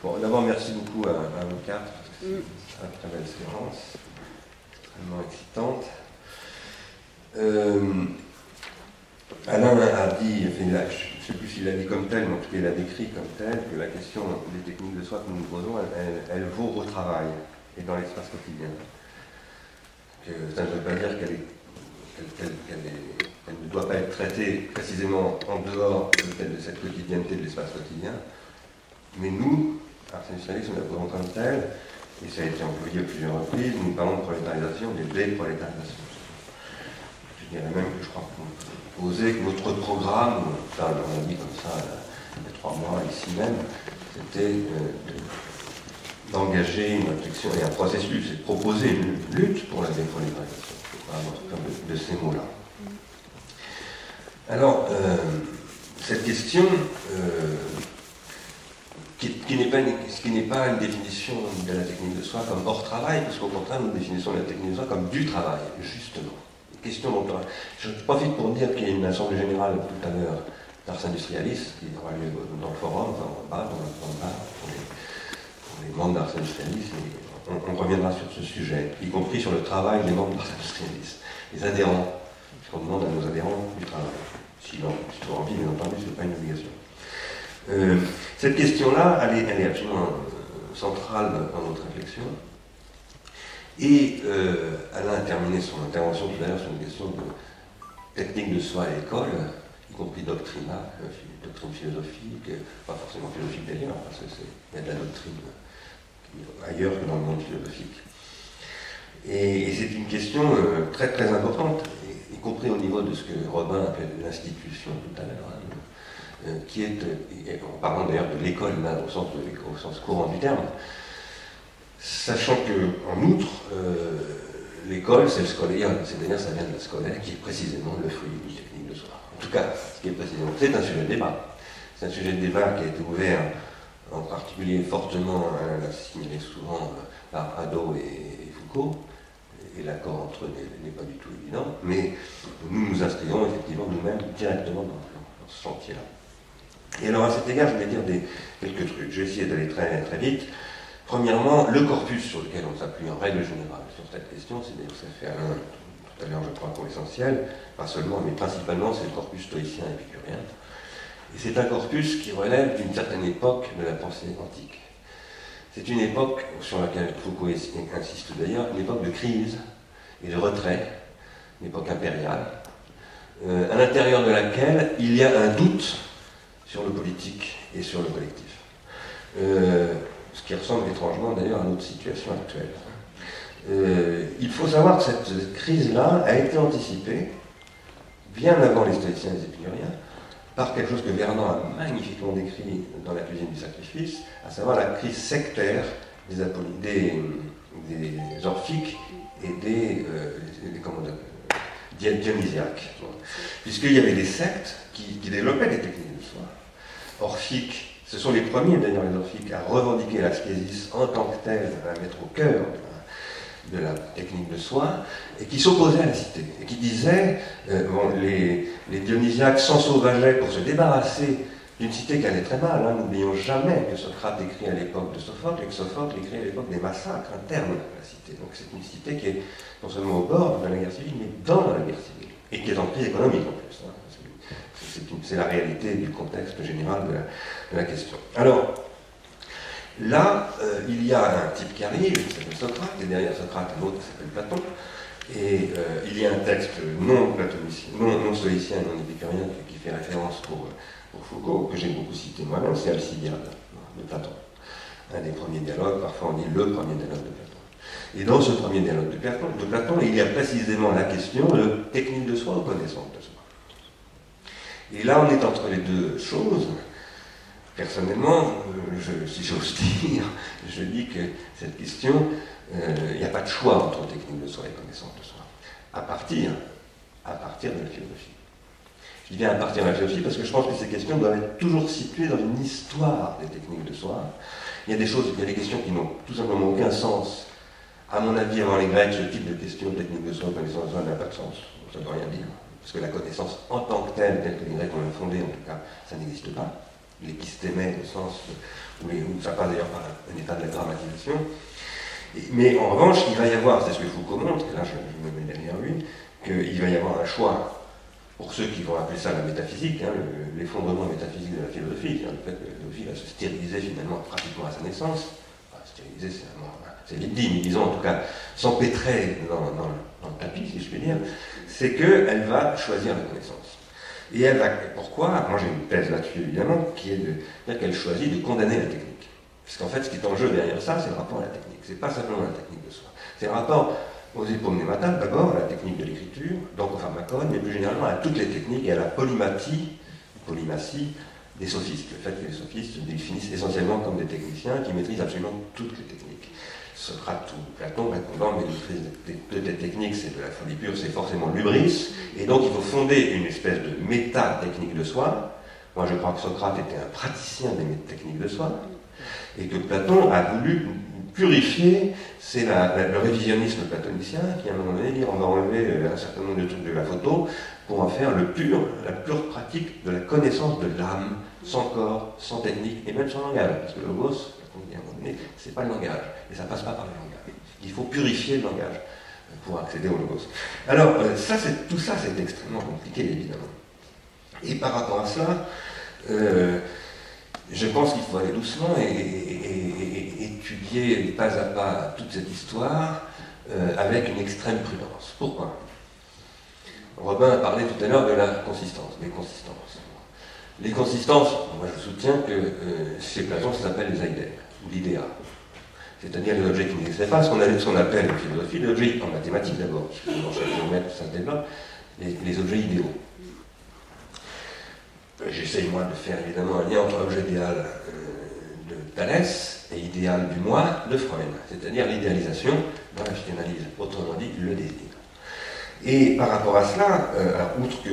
Bon, d'abord, merci beaucoup à vous quatre, parce que c'est une très belle séance, extrêmement excitante. Alain a dit, je ne sais plus s'il l'a dit comme tel, mais en tout cas il a décrit comme tel, que la question des techniques de soi que nous nous posons, elle vaut au travail et dans l'espace quotidien. Ça ne veut pas dire qu'elle ne doit pas être traitée précisément en dehors de cette quotidienneté de l'espace quotidien, mais nous, Ars Industrialis, nous la posons comme telle, et ça a été employé à plusieurs reprises, nous parlons de prolétarisation, des déprolétarisations. Je dirais même que je crois qu'on peut poser que notre programme, enfin, on l'a dit comme ça il y a 3 mois, ici même, c'était d'engager une réflexion et un processus, et de proposer une lutte pour la déprolétarisation. Comme de ces mots-là. Alors, cette question, qui n'est pas une définition de la technique de soi comme hors travail, parce qu'au contraire, nous définissons la technique de soi comme du travail, justement. Question dont je profite pour dire qu'il y a une assemblée générale tout à l'heure d'Ars Industrialis, qui aura lieu dans le forum, enfin en bas, dans le bar, pour les membres d'Ars Industrialis, et on reviendra sur ce sujet, y compris sur le travail des membres d'Ars Industrialis, les adhérents, puisqu'on demande à nos adhérents du travail. Sinon, si tu as envie, bien entendu, ce n'est pas une obligation. Cette question-là, elle est absolument centrale dans notre réflexion. Et Alain a terminé son intervention tout à l'heure sur une question de technique de soi à l'école, y compris doctrine philosophique, pas forcément philosophique d'ailleurs, parce qu'il y a de la doctrine ailleurs que dans le monde philosophique. Et c'est une question très très importante, y compris au niveau de ce que Robin appelle l'institution tout à l'heure, qui est, en parlant d'ailleurs de l'école au sens courant du terme, sachant qu'en outre, l'école c'est le scolaire, c'est-à-dire ça vient de la scolaire, qui est précisément le fruit d'une technique de soi. En tout cas, ce qui est précisément, c'est un sujet de débat. C'est un sujet de débat qui a été ouvert en particulier fortement, l'a signalé souvent par Hadot et Foucault, et l'accord entre eux n'est pas du tout évident, mais nous nous inscrivons effectivement nous-mêmes directement dans ce chantier-là. Et alors à cet égard, je vais dire quelques trucs. Je vais essayer d'aller très, très vite. Premièrement, le corpus sur lequel on s'appuie en règle générale sur cette question, c'est d'ailleurs ça fait Alain tout à l'heure, je crois, pour l'essentiel, pas seulement, mais principalement, c'est le corpus stoïcien et épicurien. Et c'est un corpus qui relève d'une certaine époque de la pensée antique. C'est une époque sur laquelle Foucault insiste d'ailleurs, une époque de crise et de retrait, une époque impériale, à l'intérieur de laquelle il y a un doute sur le politique et sur le collectif. Ce qui ressemble étrangement d'ailleurs à notre situation actuelle. Il faut savoir que cette crise-là a été anticipée, bien avant les stoïciens et les épicuriens, par quelque chose que Vernon a magnifiquement décrit dans La cuisine du sacrifice, à savoir la crise sectaire des orphiques et des dionysiaques. Puisqu'il y avait des sectes qui développaient les techniques de soi. Orphiques, ce sont les premiers d'ailleurs les orphiques à revendiquer l'ascésis en tant que telle, à mettre au cœur de la technique de soi, et qui s'opposaient à la cité, et qui disaient, les dionysiaques s'ensauvageaient pour se débarrasser d'une cité qui allait très mal. N'oublions jamais que Socrate écrit à l'époque de Sophocle, et que Sophocle écrit à l'époque des massacres internes à la cité. Donc c'est une cité qui est non seulement au bord de la guerre civile, mais dans la guerre civile, et qui est en crise économique en plus. C'est la réalité du contexte général de la question. Alors, là, il y a un type qui arrive, qui s'appelle Socrate, et derrière Socrate, un autre qui s'appelle Platon, et il y a un texte non stoïcien, non épicurien, qui fait référence pour Foucault, que j'ai beaucoup cité moi-même, c'est Alcibiade de Platon. Un des premiers dialogues, parfois on dit le premier dialogue de Platon. Et dans ce premier dialogue de Platon, il y a précisément la question de technique de soi ou connaissance de soi. Et là, on est entre les deux choses. Personnellement, si j'ose dire, je dis que cette question, il n'y a pas de choix entre technique de soi et connaissance de soi, à partir de la philosophie. Je dis bien à partir de la philosophie parce que je pense que ces questions doivent être toujours situées dans une histoire des techniques de soi. Il y a des questions qui n'ont tout simplement aucun sens. À mon avis, avant les Grecs, ce type de questions, technique de soi, connaissance de soi, n'a pas de sens. Ça ne veut rien dire. Parce que la connaissance en tant que telle que les Grecs l'ont fondée, en tout cas, ça n'existe pas. l'épistémé au sens où ça passe d'ailleurs par un état de la grammatisation. Mais en revanche, il va y avoir, c'est ce que Foucault montre, et là je me mets derrière lui, qu'il va y avoir un choix pour ceux qui vont appeler ça la métaphysique, l'effondrement métaphysique de la philosophie, le fait que la philosophie va se stériliser finalement pratiquement à sa naissance. Enfin, stériliser, c'est vite dit, mais disons en tout cas s'empêtrer dans le tapis, si je puis dire, c'est qu'elle va choisir la connaissance. Et elle va, pourquoi? Moi j'ai une thèse là-dessus évidemment, qui est de dire qu'elle choisit de condamner la technique. Puisqu'en fait, ce qui est en jeu derrière ça, c'est le rapport à la technique. C'est pas simplement la technique de soi. C'est le rapport aux hypomnématas, d'abord, à la technique de l'écriture, donc au pharmacone, mais plus généralement à toutes les techniques et à la polymatie des sophistes. Le fait que les sophistes se définissent essentiellement comme des techniciens qui maîtrisent absolument toutes les techniques. Socrate ou Platon répondant, mais toutes les techniques, c'est de la folie pure, c'est forcément l'hubris, et donc il faut fonder une espèce de méta-technique de soi. Moi je crois que Socrate était un praticien des techniques de soi, et que Platon a voulu purifier, c'est le révisionnisme platonicien qui à un moment donné dit on va enlever un certain nombre de trucs de la photo pour en faire la pure pratique de la connaissance de l'âme, sans corps, sans technique et même sans langage. Parce que le logos, à un moment donné, c'est pas le langage, et ça passe pas par le langage. Il faut purifier le langage pour accéder au logos. Alors, tout ça c'est extrêmement compliqué évidemment. Et par rapport à cela, je pense qu'il faut aller doucement et étudier pas à pas toute cette histoire avec une extrême prudence. Pourquoi? Robin a parlé tout à l'heure de la consistance, des consistances. Les consistances, moi je soutiens que chez Platon ça s'appelle les idées, ou l'idéa. C'est-à-dire les objets qui n'existaient pas, ce qu'on appelle en philosophie, les objets en mathématiques d'abord, dans chaque géomètre ça se développe, les objets idéaux. J'essaye moi de faire évidemment un lien entre objet idéal de Thalès et idéal du moi de Freud, c'est-à-dire l'idéalisation dans la psychanalyse, autrement dit le désir. Et par rapport à cela, alors, outre que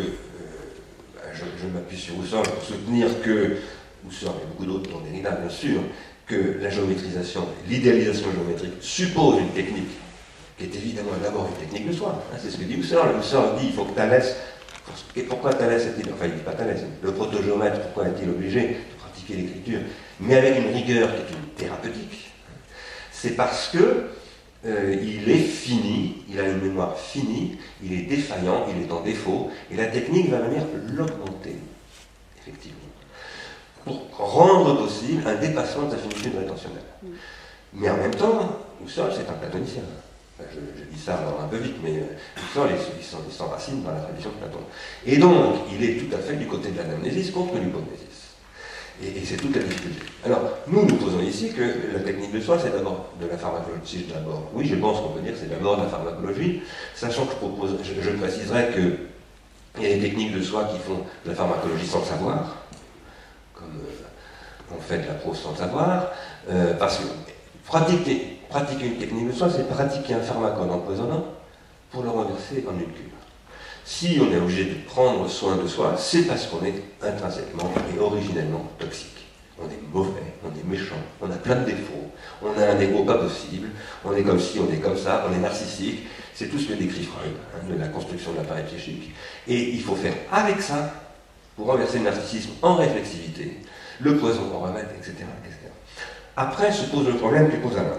je m'appuie sur Husserl pour soutenir que, Husserl et beaucoup d'autres dont Derrida bien sûr, que la géométrisation, l'idéalisation géométrique suppose une technique qui est évidemment d'abord une technique de soi. C'est ce que dit Husserl. Husserl dit il faut que Thalès. Et pourquoi Thalès est-il, enfin il ne dit pas Thalès, le protogéomètre, pourquoi est-il obligé de pratiquer l'écriture, mais avec une rigueur qui est une thérapeutique? C'est parce que il est fini, il a une mémoire finie, il est défaillant, il est en défaut, et la technique va venir l'augmenter, effectivement, pour rendre possible un dépassement de sa finitude rétentionnelle. Mais en même temps, Husserl, c'est un platonicien. Je dis ça alors un peu vite, mais Husserl, il s'enracine dans la tradition de Platon. Et donc, il est tout à fait du côté de l'anamnésis contre l'hypognésis. Et c'est toute la difficulté. Alors, nous posons ici que la technique de soi, c'est d'abord de la pharmacologie. Oui, je pense qu'on peut dire que c'est d'abord de la pharmacologie, sachant que je préciserai qu'il y a des techniques de soi qui font de la pharmacologie sans savoir, comme on fait de la prose sans savoir, parce que pratiquer une technique de soi, c'est pratiquer un pharmacone empoisonnant pour le renverser en une cure. Si on est obligé de prendre soin de soi, c'est parce qu'on est intrinsèquement et originellement toxique. On est mauvais, on est méchant, on a plein de défauts, on a un ego pas possible, on est comme ci, on est comme ça, on est narcissique. C'est tout ce que décrit Freud, de la construction de l'appareil psychique. Et il faut faire avec ça, pour renverser le narcissisme en réflexivité, le poison en remède, etc., etc. Après se pose le problème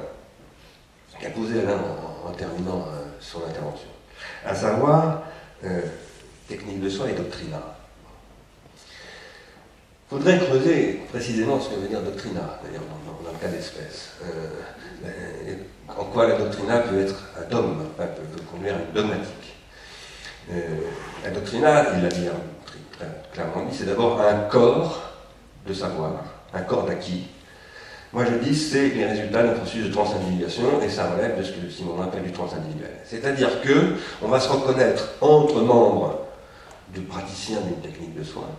qu'a posé Alain en terminant son intervention, à savoir technique de soi et doctrina. Il faudrait creuser précisément ce que veut dire doctrina, d'ailleurs dans le cas d'espèce. En quoi la doctrina peut être un dogme, peut conduire à une dogmatique. La doctrina, il l'a dit très clairement dit, c'est d'abord un corps de savoir, un corps d'acquis. Moi je dis c'est les résultats d'un processus de transindividuation et ça relève de ce que Simon appelle du transindividuel. C'est-à-dire que on va se reconnaître entre membres du praticien d'une technique de soi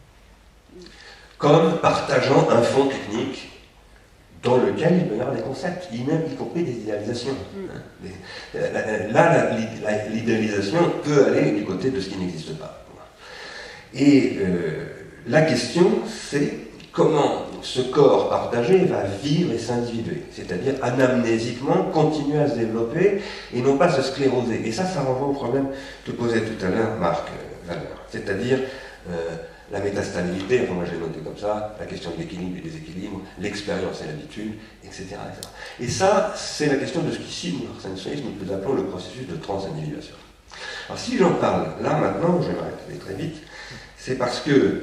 comme partageant un fond technique dans lequel il peut y avoir des concepts, y compris des idéalisations. Là, l'idéalisation peut aller du côté de ce qui n'existe pas. Et la question, c'est comment ce corps partagé va vivre et s'individuer, c'est-à-dire anamnésiquement continuer à se développer et non pas se scléroser. Et ça renvoie au problème que posait tout à l'heure Marc Valeur, c'est-à-dire la métastabilité, enfin moi j'ai noté comme ça, la question de l'équilibre et des déséquilibre, l'expérience et l'habitude, etc., etc. Et ça, c'est la question de ce qu'ici, nous appelons le processus de transindividuation. Alors si j'en parle là maintenant, je vais m'arrêter très vite, c'est parce que,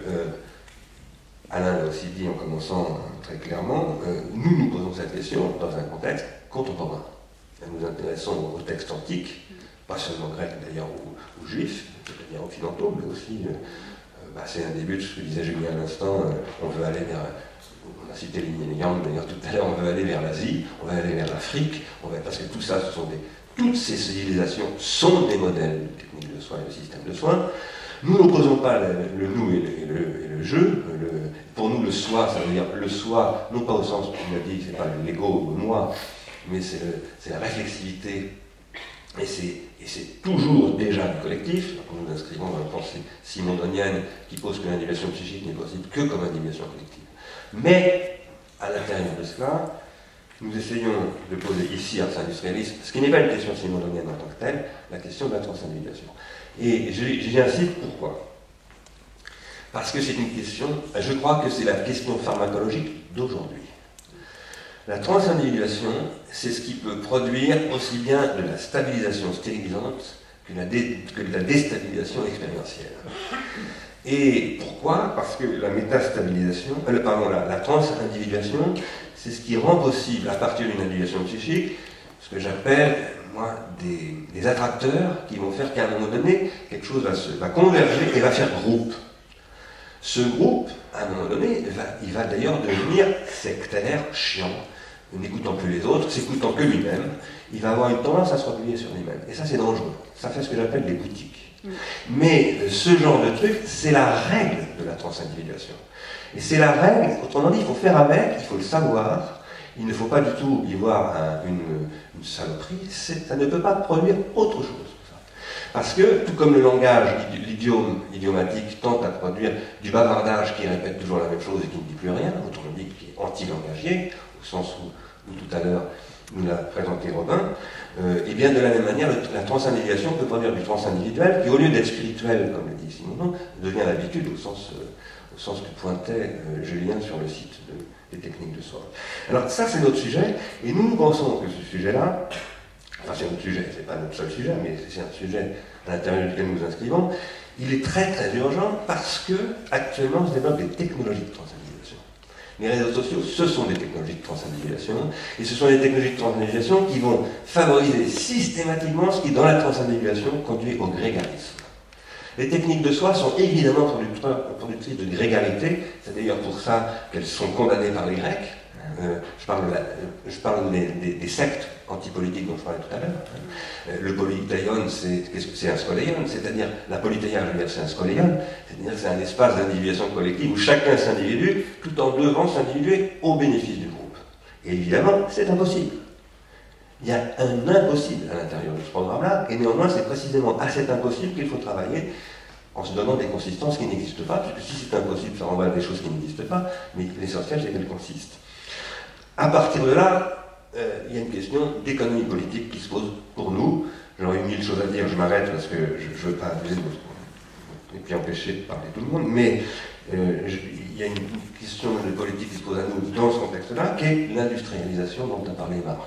Alain l'a aussi dit en commençant très clairement, nous nous posons cette question dans un contexte contemporain. Nous nous intéressons aux textes antiques, pas seulement grecs d'ailleurs ou juifs, c'est-à-dire occidentaux, mais aussi, c'est un début de ce que disait Julien à l'instant, on veut aller vers, on a cité Lin Yang d'ailleurs tout à l'heure, on veut aller vers l'Asie, on veut aller vers l'Afrique, parce que tout ça, toutes ces civilisations sont des modèles de techniques de soins et de systèmes de soins. Nous n'opposons pas le nous et le je. Pour nous, le soi, ça veut dire le soi, non pas au sens, on l'a dit, c'est pas l'ego ou le moi, mais c'est la réflexivité. Et c'est toujours déjà du collectif. Nous nous inscrivons dans la pensée simondonienne qui pose que l'individuation psychique n'est possible que comme individuation collective. Mais, à l'intérieur de cela, nous essayons de poser ici, à l'industrialisme, ce qui n'est pas une question simondonienne en tant que telle, la question de la transindividuation. Et j'y insiste, pourquoi ? Parce que c'est une question, je crois que c'est la question pharmacologique d'aujourd'hui. La transindividuation, c'est ce qui peut produire aussi bien de la stabilisation stérilisante que de la déstabilisation expérientielle. Et pourquoi ? Parce que la métastabilisation, la transindividuation, c'est ce qui rend possible, à partir d'une individuation psychique, ce que j'appelle, moi, des attracteurs qui vont faire qu'à un moment donné, quelque chose va converger et va faire groupe. Ce groupe, à un moment donné, il va d'ailleurs devenir sectaire, chiant, n'écoutant plus les autres, s'écoutant que lui-même. Il va avoir une tendance à se replier sur lui-même. Et ça, c'est dangereux. Ça fait ce que j'appelle des boutiques. Mais ce genre de truc, c'est la règle de la transindividuation. Et c'est la règle, autrement dit, il faut faire avec, il faut le savoir. Il ne faut pas du tout y voir une saloperie. Ça ne peut pas produire autre chose. Parce que, tout comme le langage, l'idiome idiomatique tente à produire du bavardage qui répète toujours la même chose et qui ne dit plus rien, autrement dit qui est anti-langagier, au sens où tout à l'heure nous l'a présenté Robin, et bien de la même manière, la transindividuation peut produire du transindividuel qui, au lieu d'être spirituel, comme le dit Simondon, devient l'habitude au sens que pointait Julien sur le site des techniques de soi. Alors ça, c'est notre sujet, et nous pensons que ce sujet-là, enfin c'est notre sujet, c'est pas notre seul sujet, mais c'est un sujet à l'intérieur duquel nous nous inscrivons, il est très très urgent parce que actuellement se développent des technologies de transindividuation. Les réseaux sociaux, ce sont des technologies de transindividuation, et ce sont des technologies de transindividuation qui vont favoriser systématiquement ce qui, dans la transindividuation, conduit au grégarisme. Les techniques de soi sont évidemment productrices de grégalité, c'est d'ailleurs pour ça qu'elles sont condamnées par les Grecs. Je parle des sectes antipolitiques dont je parlais tout à l'heure. Le polyteion, c'est un skoléion, c'est-à-dire la polyteia, je veux dire, c'est un skoléion, c'est-à-dire que c'est un espace d'individuation collective où chacun s'individue tout en devant s'individuer au bénéfice du groupe. Et évidemment, c'est impossible. Il y a un impossible à l'intérieur de ce programme-là, et néanmoins, c'est précisément à cet impossible qu'il faut travailler en se donnant des consistances qui n'existent pas, puisque si c'est impossible, ça renvoie à des choses qui n'existent pas, mais l'essentiel, c'est qu'elles consistent. À partir de là, il y a une question d'économie politique qui se pose pour nous. J'aurais eu 1000 choses à dire, je m'arrête parce que je ne veux pas abuser et puis empêcher de parler tout le monde, mais il y a une question de politique qui se pose à nous dans ce contexte-là, qui est l'industrialisation dont a parlé Marc.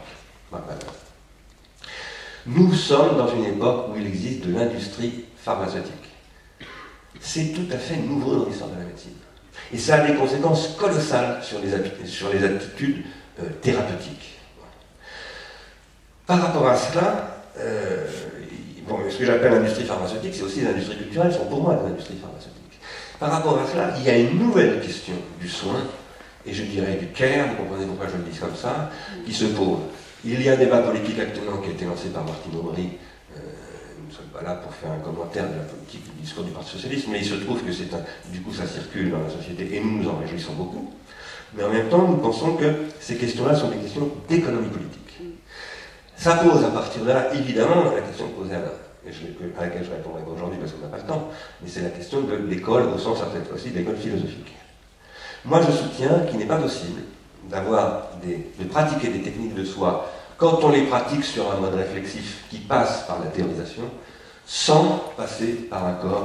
Nous sommes dans une époque où il existe de l'industrie pharmaceutique. C'est tout à fait nouveau dans l'histoire de la médecine. Et ça a des conséquences colossales sur les attitudes thérapeutiques. Par rapport à cela, ce que j'appelle l'industrie pharmaceutique, c'est aussi l'industrie culturelle, sont pour moi des industries pharmaceutiques. Par rapport à cela, il y a une nouvelle question du soin, et je dirais du care, vous comprenez pourquoi je le dis comme ça, qui se pose. Il y a un débat politique actuellement qui a été lancé par Martine Aubry. Nous ne sommes pas là pour faire un commentaire de la politique du discours du Parti Socialiste, mais il se trouve que du coup ça circule dans la société et nous nous en réjouissons beaucoup. Mais en même temps, nous pensons que ces questions-là sont des questions d'économie politique. Ça pose à partir de là, évidemment, la question posée à laquelle je répondrai pas aujourd'hui parce qu'on n'a pas le temps, mais c'est la question de l'école au sens cette fois-ci de l'école philosophique. Moi je soutiens qu'il n'est pas possible de pratiquer des techniques de soi quand on les pratique sur un mode réflexif qui passe par la théorisation, sans passer par un corps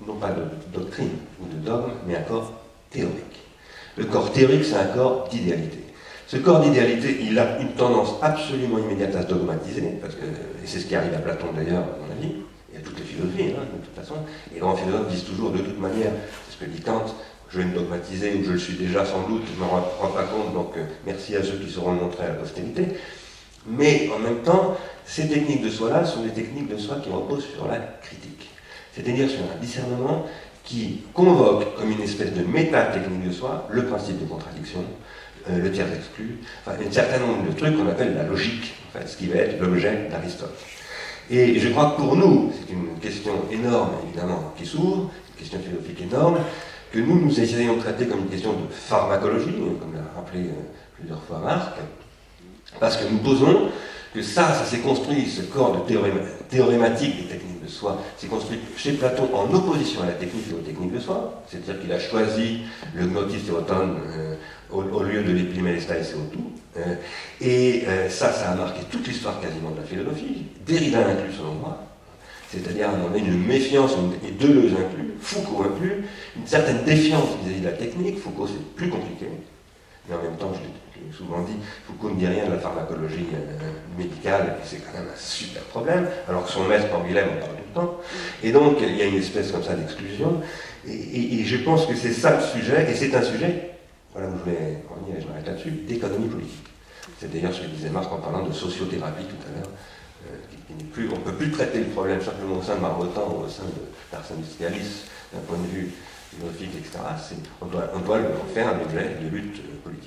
non pas de doctrine ou de dogme, mais un corps théorique. Le corps théorique, c'est un corps d'idéalité. Ce corps d'idéalité, il a une tendance absolument immédiate à se dogmatiser, et c'est ce qui arrive à Platon d'ailleurs, à mon avis, et à toutes les philosophies, de toute façon. Et les grands philosophes disent toujours, de toute manière, c'est ce que dit Kant, je vais me dogmatiser, ou je le suis déjà sans doute, je ne m'en rends pas compte, donc merci à ceux qui sauront le montrer à la postérité. Mais en même temps, ces techniques de soi-là sont des techniques de soi qui reposent sur la critique. C'est-à-dire sur un discernement qui convoque comme une espèce de méta-technique de soi le principe de contradiction, le tiers exclu, enfin un certain nombre de trucs qu'on appelle la logique, en fait, ce qui va être l'objet d'Aristote. Et je crois que pour nous, c'est une question énorme, évidemment, qui s'ouvre, une question philosophique énorme, que nous essayons de traiter comme une question de pharmacologie, comme l'a rappelé plusieurs fois Marc, parce que nous posons que ça s'est construit, ce corps de théorématique des techniques de soi, s'est construit chez Platon en opposition à la technique et aux techniques de soi, c'est-à-dire qu'il a choisi le gnotis théoton au lieu de l'épimélestai et tout. Et ça a marqué toute l'histoire quasiment de la philosophie, Derrida inclus selon moi, c'est-à-dire à un moment donné une méfiance, et Deleuze inclus, Foucault inclus, une certaine défiance vis-à-vis de la technique. Foucault c'est plus compliqué, mais en même temps je l'ai souvent dit, Foucault ne dit rien de la pharmacologie médicale, et c'est quand même un super problème, alors que son maître Canguilhem en parle tout le temps. Et donc il y a une espèce comme ça d'exclusion, et je pense que c'est ça le sujet, et c'est un sujet, voilà où je vais revenir et je m'arrête là-dessus, d'économie politique. C'est d'ailleurs ce que disait Marc en parlant de sociothérapie tout à l'heure. On ne peut plus traiter le problème simplement au sein de Marmottan ou au sein de l'Ars Industrialis d'un point de vue philosophique, etc. On doit le faire un objet de lutte politique.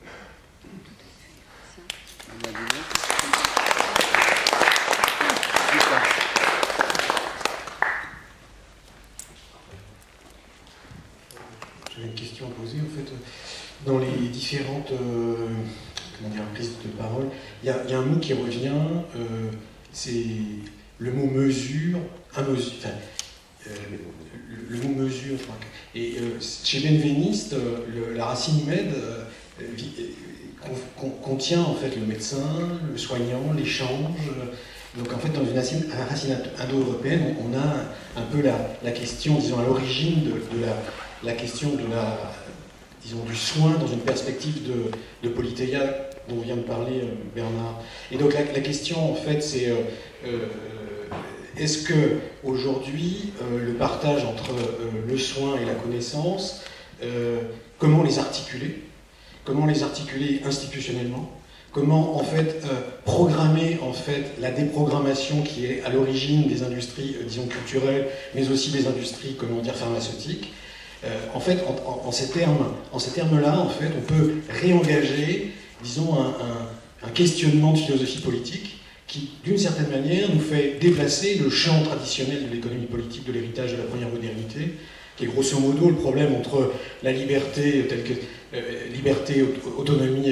J'avais une question à poser. En fait, dans les différentes prises de parole, il y a un mot qui revient, c'est le mot mesure, le mot mesure. Et chez Benveniste, la racine med contient en fait le médecin, le soignant, l'échange. Donc en fait, dans une racine indo-européenne, on a un peu la question, disons, à l'origine de la question de du soin dans une perspective de Politeia dont vient de parler Bernard. Et donc la question, en fait, c'est est-ce que aujourd'hui le partage entre le soin et la connaissance, comment les articuler institutionnellement, comment en fait programmer en fait la déprogrammation qui est à l'origine des industries, disons culturelles, mais aussi des industries, pharmaceutiques. En fait, en ces termes-là, en fait, on peut réengager, disons, un questionnement de philosophie politique qui, d'une certaine manière, nous fait déplacer le champ traditionnel de l'économie politique de l'héritage de la première modernité, qui est grosso modo le problème entre la liberté telle que liberté, autonomie,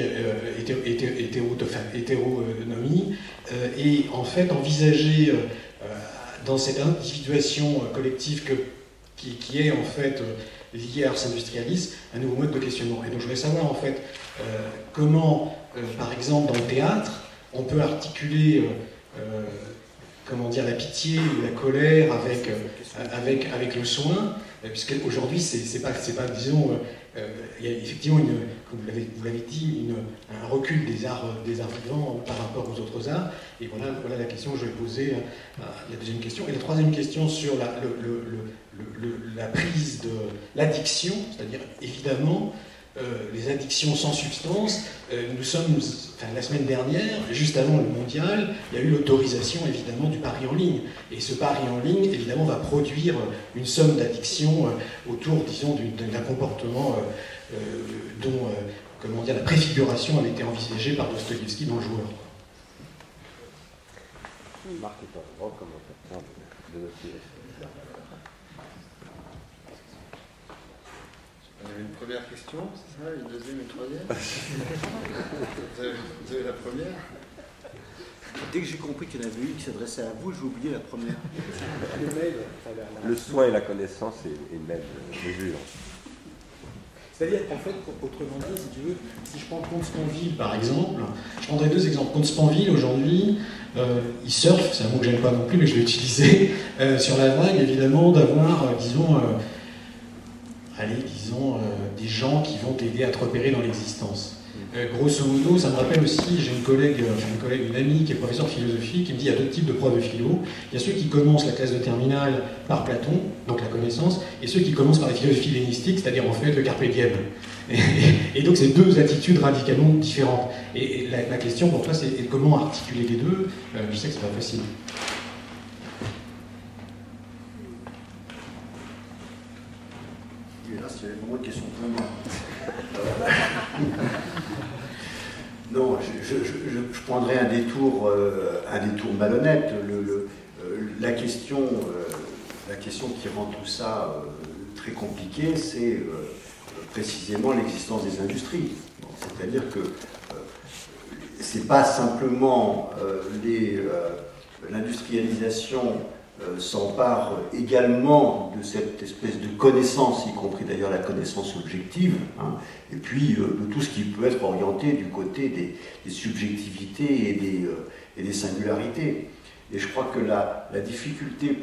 hétéronomie, et en fait envisager dans cette individuation collective qui est en fait liée à Ars Industrialis, un nouveau mode de questionnement. Et donc je voudrais savoir en fait comment, par exemple dans le théâtre, on peut articuler la pitié ou la colère avec le soin, puisque aujourd'hui c'est pas disons il y a effectivement comme vous l'avez dit un recul des arts vivants par rapport aux autres arts, et voilà la question que je vais poser, la deuxième question. Et la troisième question sur la prise de l'addiction, c'est-à-dire évidemment les addictions sans substance. La semaine dernière, juste avant le mondial, il y a eu l'autorisation évidemment du pari en ligne. Et ce pari en ligne, évidemment, va produire une somme d'addictions autour, disons, d'un comportement dont la préfiguration avait été envisagée par Dostoïevski dans Le Joueur. Marc est un grand commentateur de Dostoïevski. On avait une première question, c'est ça, une deuxième, une troisième. Vous avez la première. Dès que j'ai compris qu'il y en avait une qui s'adressait à vous, j'ai oublié la première. Le soin et la connaissance est une même mesure. C'est-à-dire qu'en fait, autrement dit, si tu veux, si je prends Comte-Sponville par exemple, je prendrai deux exemples. Comte-Sponville aujourd'hui, il surfe, c'est un mot que j'aime pas non plus, mais je l'ai utilisé, sur la vague évidemment d'avoir, disons, des gens qui vont t'aider à te repérer dans l'existence. Grosso modo, ça me rappelle aussi, j'ai une amie qui est professeure de philosophie qui me dit qu'il y a deux types de profs de philo. Il y a ceux qui commencent la classe de terminale par Platon, donc la connaissance, et ceux qui commencent par la philosophie hellénistique, c'est-à-dire en fait le carpe diem. Et donc c'est deux attitudes radicalement différentes. Et la question pour toi, c'est comment articuler les deux. Je sais que c'est pas facile. Et là, c'est vraiment une question pour moi. Non, je prendrais un détour malhonnête. La question qui rend tout ça très compliqué, c'est précisément l'existence des industries. C'est-à-dire que c'est pas simplement l'industrialisation s'empare également de cette espèce de connaissance, y compris d'ailleurs la connaissance objective, hein, et puis de tout ce qui peut être orienté du côté des subjectivités et des singularités. Et je crois que la difficulté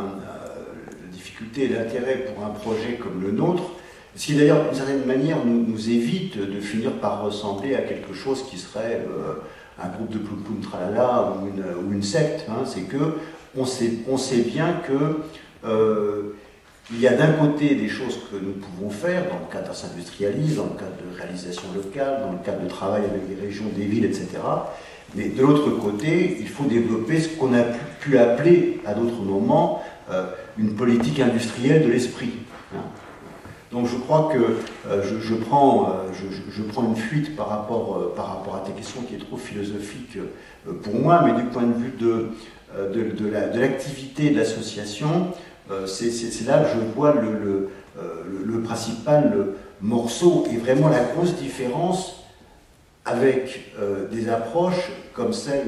et l'intérêt pour un projet comme le nôtre, ce qui d'ailleurs d'une certaine manière nous évite de finir par ressembler à quelque chose qui serait un groupe de ploum ploum tralala ou une secte, hein, c'est que on sait bien que il y a d'un côté des choses que nous pouvons faire dans le cadre s'industrialise, dans le cadre de réalisation locale, dans le cadre de travail avec des régions, des villes, etc. Mais de l'autre côté, il faut développer ce qu'on a pu appeler à d'autres moments une politique industrielle de l'esprit. Hein. Donc je crois que je prends une fuite par rapport à tes questions qui est trop philosophique pour moi, mais du point de vue de l'activité de l'association, c'est là que je vois le principal morceau et vraiment la grosse différence avec des approches comme celle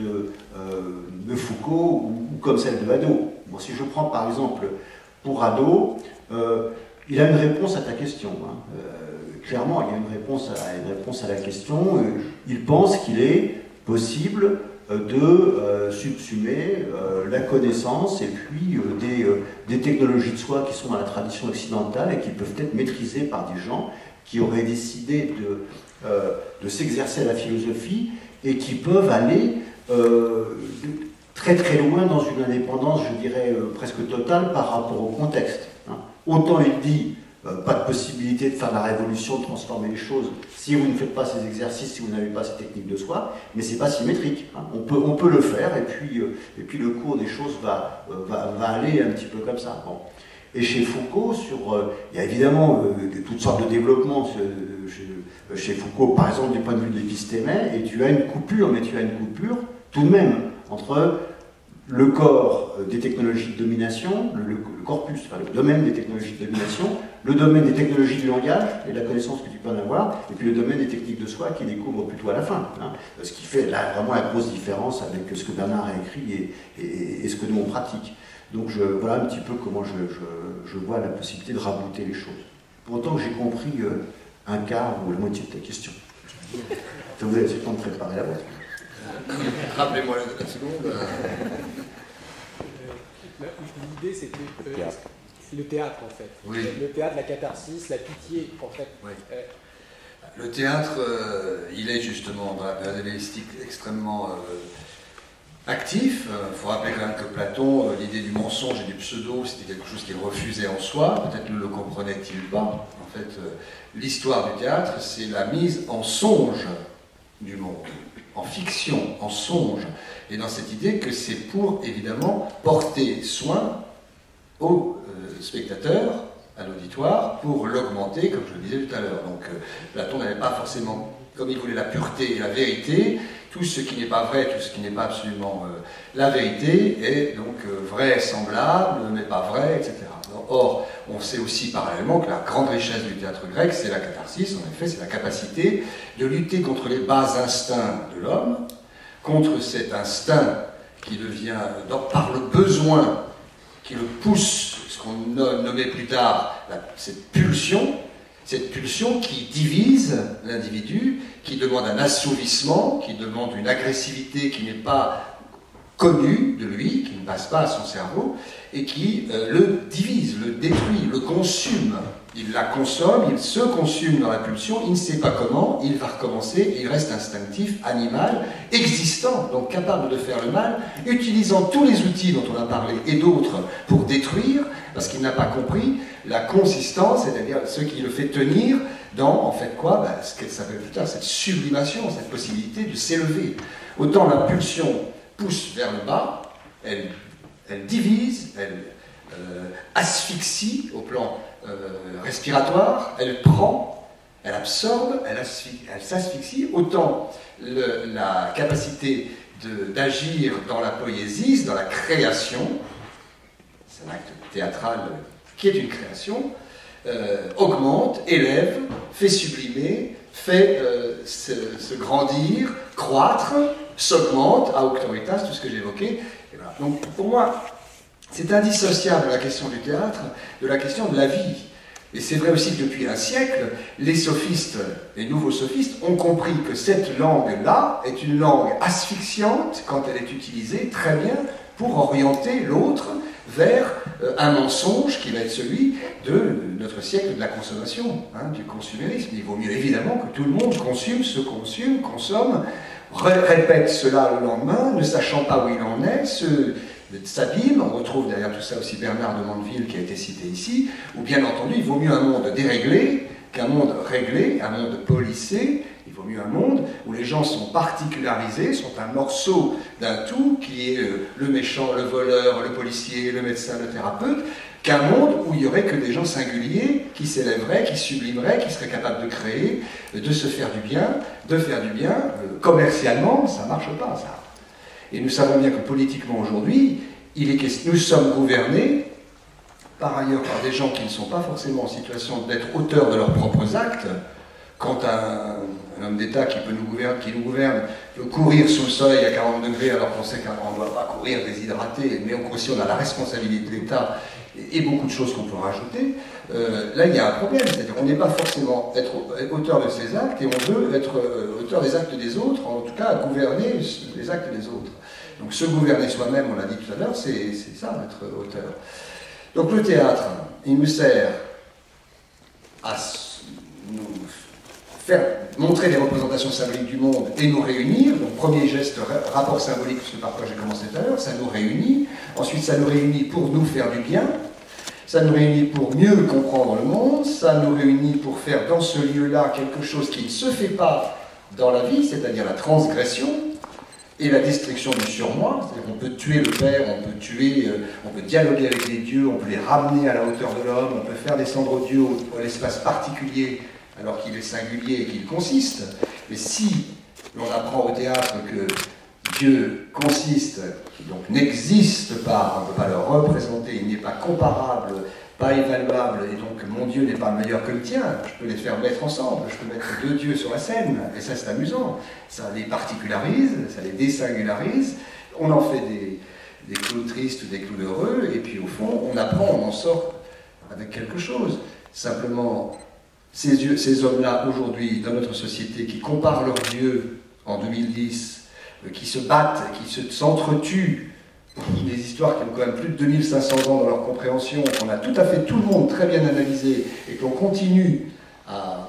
de Foucault ou comme celle de Hadot. Bon, si je prends par exemple pour Hadot, il a une réponse à ta question. Hein. Clairement, il y a une réponse à la question. Il pense qu'il est possible de subsumer la connaissance et puis des technologies de soi qui sont dans la tradition occidentale et qui peuvent être maîtrisées par des gens qui auraient décidé de s'exercer à la philosophie et qui peuvent aller très très loin dans une indépendance, je dirais, presque totale par rapport au contexte. Hein. Autant il dit pas de possibilité de faire la révolution, de transformer les choses si vous ne faites pas ces exercices, si vous n'avez pas ces techniques de soi, mais c'est pas symétrique. Hein. On peut le faire et puis le cours des choses va aller un petit peu comme ça. Bon. Et chez Foucault, il y a évidemment toutes sortes de développements chez Foucault, par exemple du point de vue de l'épistémé, et tu as une coupure tout de même entre le corps des technologies de domination, le corpus, enfin, le domaine des technologies de domination, le domaine des technologies du langage et de la connaissance que tu peux en avoir, et puis le domaine des techniques de soi qui découvre plutôt à la fin. Hein. Ce qui fait là vraiment la grosse différence avec ce que Bernard a écrit et ce que nous on pratique. Donc voilà un petit peu comment je vois la possibilité de rabouter les choses. Pour autant que j'ai compris un quart ou la moitié de ta question. Vous avez le temps de préparer la vôtre. Rappelez-moi la seconde. L'idée, c'était le théâtre, en fait. Oui. Le théâtre, la catharsis, la pitié, en fait. Oui. Le théâtre, il est justement dans la période hellénistique extrêmement actif. Il faut rappeler quand même que Platon, l'idée du mensonge et du pseudo, c'était quelque chose qu'il refusait en soi. Peut-être ne le comprenait-il pas. En fait, l'histoire du théâtre, c'est la mise en songe du monde. En fiction, en songe, et dans cette idée que c'est pour, évidemment, porter soin au spectateur, à l'auditoire, pour l'augmenter, comme je le disais tout à l'heure. Donc Platon n'avait pas forcément, comme il voulait la pureté et la vérité, tout ce qui n'est pas vrai, tout ce qui n'est pas absolument la vérité est donc vraisemblable, mais pas vrai, etc. Or, on sait aussi parallèlement que la grande richesse du théâtre grec, c'est la catharsis, en effet, c'est la capacité de lutter contre les bas instincts de l'homme, contre cet instinct qui devient, par le besoin, qui le pousse, ce qu'on nommait plus tard, cette pulsion, Cette pulsion qui divise l'individu, qui demande un assouvissement, qui demande une agressivité qui n'est pas connue de lui, qui ne passe pas à son cerveau, et qui le divise, le détruit, le consume. Il la consomme, il se consume dans la pulsion, il ne sait pas comment, il va recommencer, il reste instinctif, animal, existant, donc capable de faire le mal, utilisant tous les outils dont on a parlé et d'autres pour détruire, parce qu'il n'a pas compris la consistance, c'est-à-dire ce qui le fait tenir dans, en fait quoi, ce qu'elle s'appelle plus tard, cette sublimation, cette possibilité de s'élever. Autant la pulsion pousse vers le bas, elle divise, elle asphyxie au plan respiratoire, elle prend, elle absorbe, elle s'asphyxie, autant la capacité d'agir dans la poésie, dans la création, c'est un acte théâtral qui est une création, augmente, élève, fait sublimer, fait se grandir, croître, s'augmente, à auctoritas, tout ce que j'ai évoqué. Et voilà. Donc pour moi, c'est indissociable la question du théâtre de la question de la vie. Et c'est vrai aussi que depuis un siècle, les sophistes, les nouveaux sophistes, ont compris que cette langue-là est une langue asphyxiante quand elle est utilisée très bien pour orienter l'autre vers un mensonge qui va être celui de notre siècle de la consommation, du consumérisme. Il vaut mieux évidemment que tout le monde consume, se consume, consomme, répète cela le lendemain, ne sachant pas où il en est, s'abîme. On retrouve derrière tout ça aussi Bernard de Mandeville qui a été cité ici, où bien entendu il vaut mieux un monde déréglé qu'un monde réglé, un monde policé. Il vaut mieux un monde où les gens sont particularisés, sont un morceau d'un tout qui est le méchant, le voleur, le policier, le médecin, le thérapeute, qu'un monde où il n'y aurait que des gens singuliers qui s'élèveraient, qui sublimeraient, qui seraient capables de créer, de se faire du bien, de faire du bien. Commercialement, ça ne marche pas, ça. Et nous savons bien que politiquement aujourd'hui, nous sommes gouvernés, par ailleurs par des gens qui ne sont pas forcément en situation d'être auteurs de leurs propres actes. Quand un homme d'État qui nous gouverne peut courir sous le soleil à 40 degrés alors qu'on sait qu'on ne doit pas courir déshydraté, mais aussi on a la responsabilité de l'État et beaucoup de choses qu'on peut rajouter, là il y a un problème, c'est-à-dire qu'on n'est pas forcément être auteur de ses actes et on veut être auteur des actes des autres, en tout cas gouverner les actes des autres. Donc se gouverner soi-même, on l'a dit tout à l'heure, c'est ça, être auteur. Donc le théâtre, il nous sert à nous faire montrer des représentations symboliques du monde et nous réunir. Donc premier geste, rapport symbolique, ce par quoi j'ai commencé tout à l'heure, ça nous réunit. Ensuite, ça nous réunit pour nous faire du bien. Ça nous réunit pour mieux comprendre le monde. Ça nous réunit pour faire dans ce lieu-là quelque chose qui ne se fait pas dans la vie, c'est-à-dire la transgression et la destruction du surmoi. C'est-à-dire qu'on peut tuer le Père, on peut dialoguer avec les dieux, on peut les ramener à la hauteur de l'homme, on peut faire descendre Dieu à l'espace particulier alors qu'il est singulier et qu'il consiste. Mais si l'on apprend au théâtre que Dieu consiste, donc n'existe pas, on ne peut pas le représenter, il n'est pas comparable, pas évaluable, et donc mon Dieu n'est pas meilleur que le tien, je peux les faire mettre ensemble, je peux mettre deux dieux sur la scène, et ça c'est amusant, ça les particularise, ça les désingularise, on en fait des clous tristes ou des clous heureux, et puis au fond on apprend, on en sort avec quelque chose. Simplement, ces hommes-là aujourd'hui dans notre société qui comparent leurs dieux en 2010, qui se battent, qui s'entretuent, des histoires qui ont quand même plus de 2500 ans dans leur compréhension, qu'on a tout à fait tout le monde très bien analysé et qu'on continue à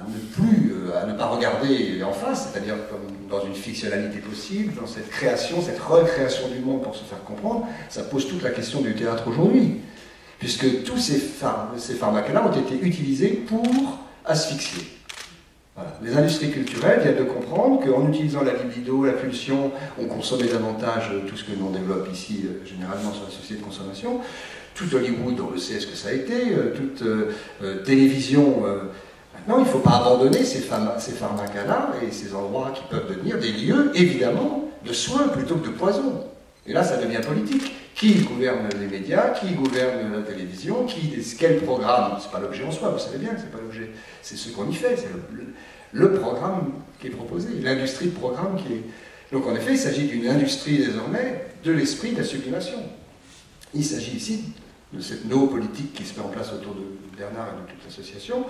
ne pas regarder en face, c'est-à-dire comme dans une fictionnalité possible, dans cette création, cette recréation du monde pour se faire comprendre, ça pose toute la question du théâtre aujourd'hui, puisque tous ces pharmacas-là ont été utilisés pour asphyxier. Voilà. Les industries culturelles viennent de comprendre qu'en utilisant la libido, la pulsion, on consommait davantage tout ce que l'on développe ici, généralement sur la société de consommation. Tout Hollywood, on le sait ce que ça a été, toute télévision. Maintenant, il ne faut pas abandonner ces pharmacas-là et ces endroits qui peuvent devenir des lieux, évidemment, de soins plutôt que de poison. Et là, ça devient politique. Qui gouverne les médias, qui gouverne la télévision, quel programme, c'est pas l'objet en soi, vous savez bien que c'est pas l'objet, c'est ce qu'on y fait, c'est le programme qui est proposé, l'industrie de programme qui est... Donc en effet, il s'agit d'une industrie désormais de l'esprit de la sublimation. Il s'agit ici de cette néopolitique qui se met en place autour de Bernard et de toute l'association,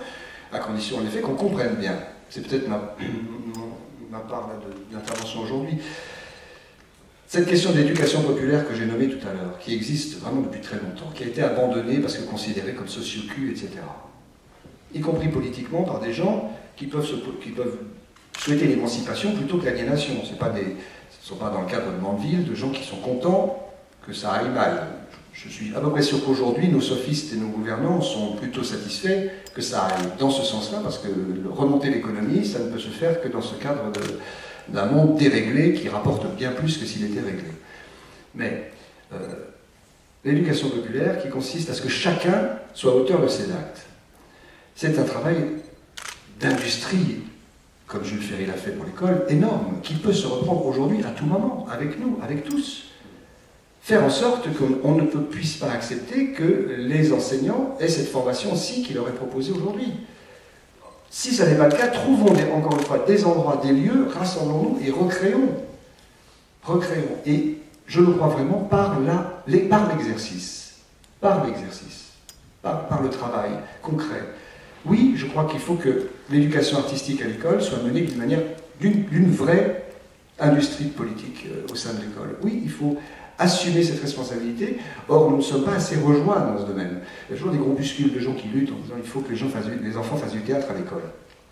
à condition en effet qu'on comprenne bien. C'est peut-être ma part d'intervention aujourd'hui. Cette question d'éducation populaire que j'ai nommée tout à l'heure, qui existe vraiment depuis très longtemps, qui a été abandonnée parce que considérée comme socio-cul, etc., y compris politiquement par des gens qui peuvent souhaiter l'émancipation plutôt que l'aliénation. Ce ne sont pas dans le cadre de Mandeville de gens qui sont contents que ça aille mal. Je suis à peu près sûr qu'aujourd'hui, nos sophistes et nos gouvernants sont plutôt satisfaits que ça aille dans ce sens-là, parce que remonter l'économie, ça ne peut se faire que dans ce cadre d'un monde déréglé qui rapporte bien plus que s'il était réglé. Mais l'éducation populaire qui consiste à ce que chacun soit auteur de ses actes, c'est un travail d'industrie, comme Jules Ferry l'a fait pour l'école, énorme, qui peut se reprendre aujourd'hui à tout moment, avec nous, avec tous. Faire en sorte qu'on ne puisse pas accepter que les enseignants aient cette formation-ci qui leur est proposée aujourd'hui. Si ça n'est pas le cas, trouvons encore une fois des endroits, des lieux, rassemblons-nous et recréons. Recréons. Et je le crois vraiment par l'exercice. Par l'exercice. Par le travail concret. Oui, je crois qu'il faut que l'éducation artistique à l'école soit menée d'une manière, d'une vraie industrie politique au sein de l'école. Oui, il faut assumer cette responsabilité. Or, nous ne sommes pas assez rejoints dans ce domaine. Il y a toujours des groupuscules de gens qui luttent en disant qu'il faut que les enfants fassent du théâtre à l'école.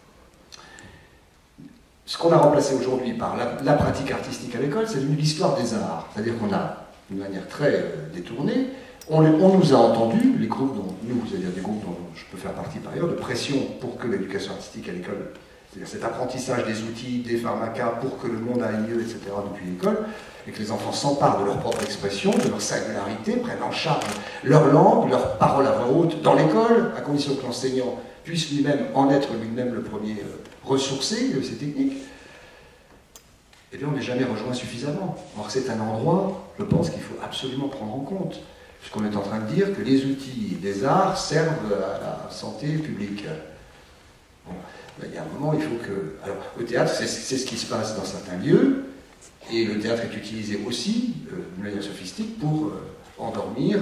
Ce qu'on a remplacé aujourd'hui par la pratique artistique à l'école, c'est l'histoire des arts. C'est-à-dire qu'on a, d'une manière très détournée, on nous a entendus, les groupes dont nous, c'est-à-dire des groupes dont je peux faire partie par ailleurs, de pression pour que l'éducation artistique à l'école, c'est-à-dire cet apprentissage des outils, des pharmacas pour que le monde aille mieux, etc., depuis l'école, et que les enfants s'emparent de leur propre expression, de leur singularité, prennent en charge leur langue, leur parole à voix haute dans l'école, à condition que l'enseignant puisse lui-même en être lui-même le premier ressourcé de ces techniques. Et bien on n'est jamais rejoint suffisamment. Or c'est un endroit, je pense, qu'il faut absolument prendre en compte, puisqu'on est en train de dire que les outils des arts servent à la santé publique. Bon, ben, il y a un moment, il faut que... Alors, au théâtre, c'est ce qui se passe dans certains lieux, et le théâtre est utilisé aussi, de manière sophistique, pour endormir,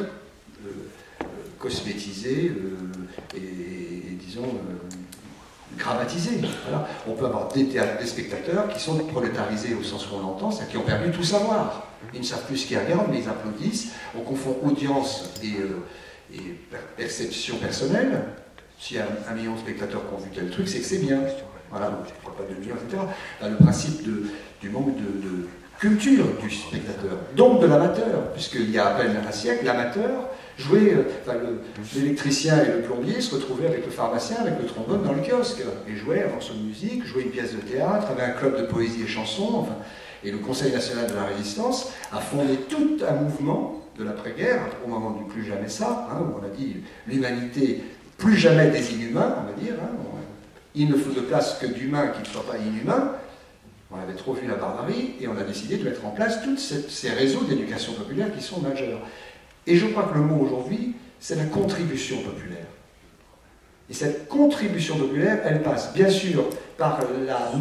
cosmétiser et disons, grammatiser. Voilà. On peut avoir des spectateurs qui sont prolétarisés au sens où on l'entend, c'est-à-dire qui ont perdu tout savoir. Ils ne savent plus ce qu'ils regardent, mais ils applaudissent. On confond audience et perception personnelle. S'il y a 1 million de spectateurs qui ont vu tel truc, c'est que c'est bien. Voilà, donc je ne parle pas de dire, etc. Là, le principe du manque de culture du spectateur, donc de l'amateur, puisqu'il y a à peine un siècle, l'amateur jouait, l'électricien et le plombier se retrouvaient avec le pharmacien, avec le trombone dans le kiosque, et jouaient un morceau de musique, jouaient une pièce de théâtre, avait un club de poésie et chansons, enfin, et le Conseil national de la résistance a fondé tout un mouvement de l'après-guerre, au moment du plus jamais ça, hein, où on a dit l'humanité, plus jamais des inhumains, on va dire, hein, il ne faut de place que d'humains qui ne soient pas inhumains. On avait trop vu la barbarie et on a décidé de mettre en place tous ces réseaux d'éducation populaire qui sont majeurs. Et je crois que le mot aujourd'hui, c'est la contribution populaire. Et cette contribution populaire, elle passe bien sûr par la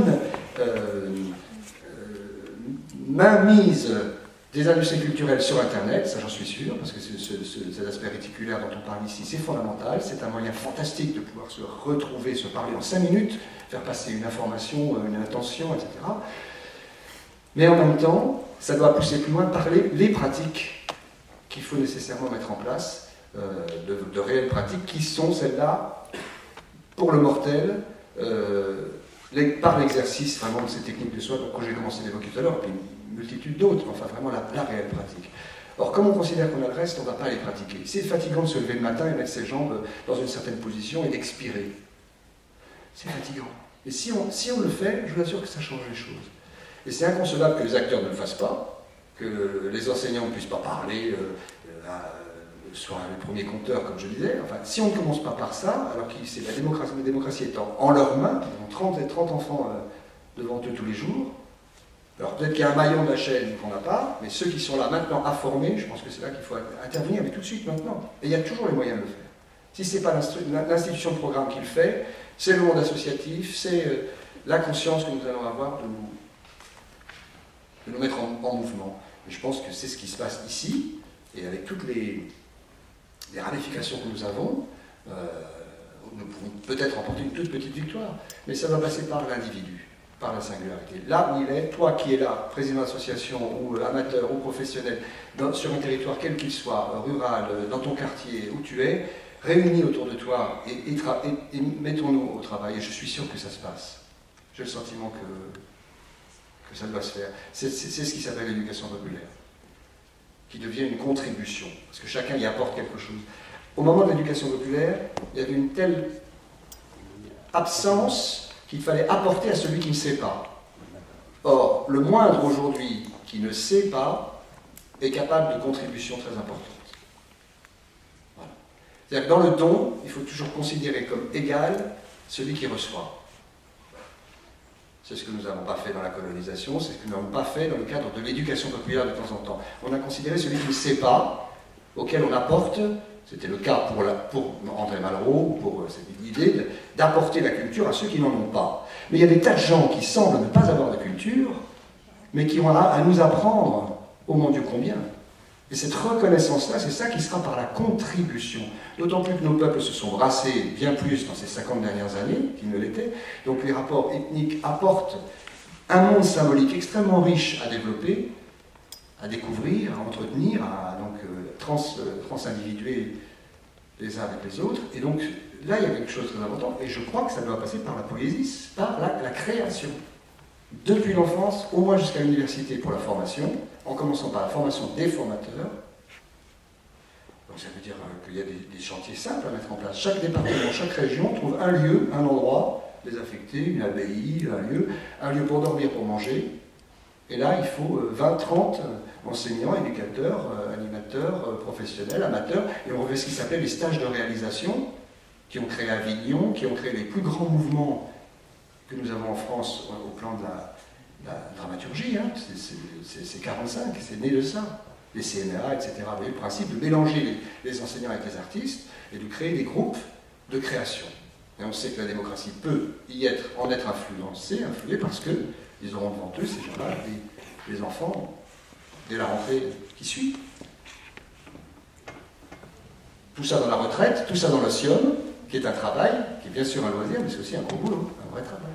non-mainmise des industries culturelles sur Internet, ça j'en suis sûr, parce que cet aspect réticulaire dont on parle ici, c'est fondamental, c'est un moyen fantastique de pouvoir se retrouver, se parler en 5 minutes, faire passer une information, une intention, etc. Mais en même temps, ça doit pousser plus loin par les pratiques qu'il faut nécessairement mettre en place, de réelles pratiques qui sont celles-là, pour le mortel, par l'exercice vraiment de ces techniques de soi, dont j'ai commencé à évoquer tout à l'heure, et puis une multitude d'autres, enfin vraiment la réelle pratique. Or, comme on considère qu'on a le reste, on ne va pas les pratiquer. C'est fatigant de se lever le matin et mettre ses jambes dans une certaine position et d'expirer. C'est fatigant. Et si on le fait, je vous assure que ça change les choses. Et c'est inconcevable que les acteurs ne le fassent pas, que les enseignants ne puissent pas parler, soit les premiers compteurs, comme je disais. Enfin, si on ne commence pas par ça, alors que c'est la démocratie étant en leurs mains, ils ont 30 et 30 enfants devant eux tous les jours. Alors peut-être qu'il y a un maillon de la chaîne qu'on n'a pas, mais ceux qui sont là maintenant à former, je pense que c'est là qu'il faut intervenir, mais tout de suite maintenant. Et il y a toujours les moyens de le faire. Si ce n'est pas l'institution de programme qui le fait, c'est le monde associatif, c'est la conscience que nous allons avoir de nous mettre en mouvement. Et je pense que c'est ce qui se passe ici, et avec toutes les ramifications que nous avons, nous pouvons peut-être remporter une toute petite victoire, mais ça va passer par l'individu, par la singularité. Là où il est, toi qui es là, président d'association ou amateur ou professionnel, sur un territoire quel qu'il soit, rural, dans ton quartier, où tu es, réunis autour de toi et mettons-nous au travail. Et je suis sûr que ça se passe. J'ai le sentiment que ça doit se faire. C'est ce qui s'appelle l'éducation populaire, qui devient une contribution, parce que chacun y apporte quelque chose. Au moment de l'éducation populaire, il y avait une telle absence qu'il fallait apporter à celui qui ne sait pas. Or, le moindre aujourd'hui qui ne sait pas est capable de contributions très importantes. Voilà. C'est-à-dire que dans le don, il faut toujours considérer comme égal celui qui reçoit. C'est ce que nous n'avons pas fait dans la colonisation, c'est ce que nous n'avons pas fait dans le cadre de l'éducation populaire de temps en temps. On a considéré celui qui ne sait pas, auquel on apporte, c'était le cas pour André Malraux, pour cette idée d'apporter la culture à ceux qui n'en ont pas. Mais il y a des tas de gens qui semblent ne pas avoir de culture, mais qui ont à nous apprendre, ô mon Dieu combien. Et cette reconnaissance-là, c'est ça qui sera par la contribution. D'autant plus que nos peuples se sont brassés bien plus dans ces 50 dernières années qu'ils ne l'étaient. Donc les rapports ethniques apportent un monde symbolique extrêmement riche à développer, à découvrir, à entretenir, à trans-individuer les uns avec les autres. Et donc là, il y a quelque chose de très important. Et je crois que ça doit passer par la poésie, par la création. Depuis l'enfance, au moins jusqu'à l'université pour la formation, en commençant par la formation des formateurs. Donc ça veut dire qu'il y a des chantiers simples à mettre en place. Chaque département, chaque région trouve un lieu, un endroit désaffecté, une abbaye, un lieu pour dormir, pour manger. Et là, il faut 20-30 enseignants, éducateurs, animateurs, professionnels, amateurs. Et on refait ce qui s'appelle les stages de réalisation, qui ont créé Avignon, qui ont créé les plus grands mouvements que nous avons en France au plan de la dramaturgie, hein. C'est 45, c'est né de ça, les CNA, etc. Vous voyez, le principe de mélanger les enseignants avec les artistes et de créer des groupes de création. Et on sait que la démocratie peut en être influée parce qu'ils auront devant eux, ces gens-là, des enfants, dès la rentrée qui suit. Tout ça dans la retraite, tout ça dans l'osium, qui est un travail, qui est bien sûr un loisir, mais c'est aussi un gros boulot, un vrai travail.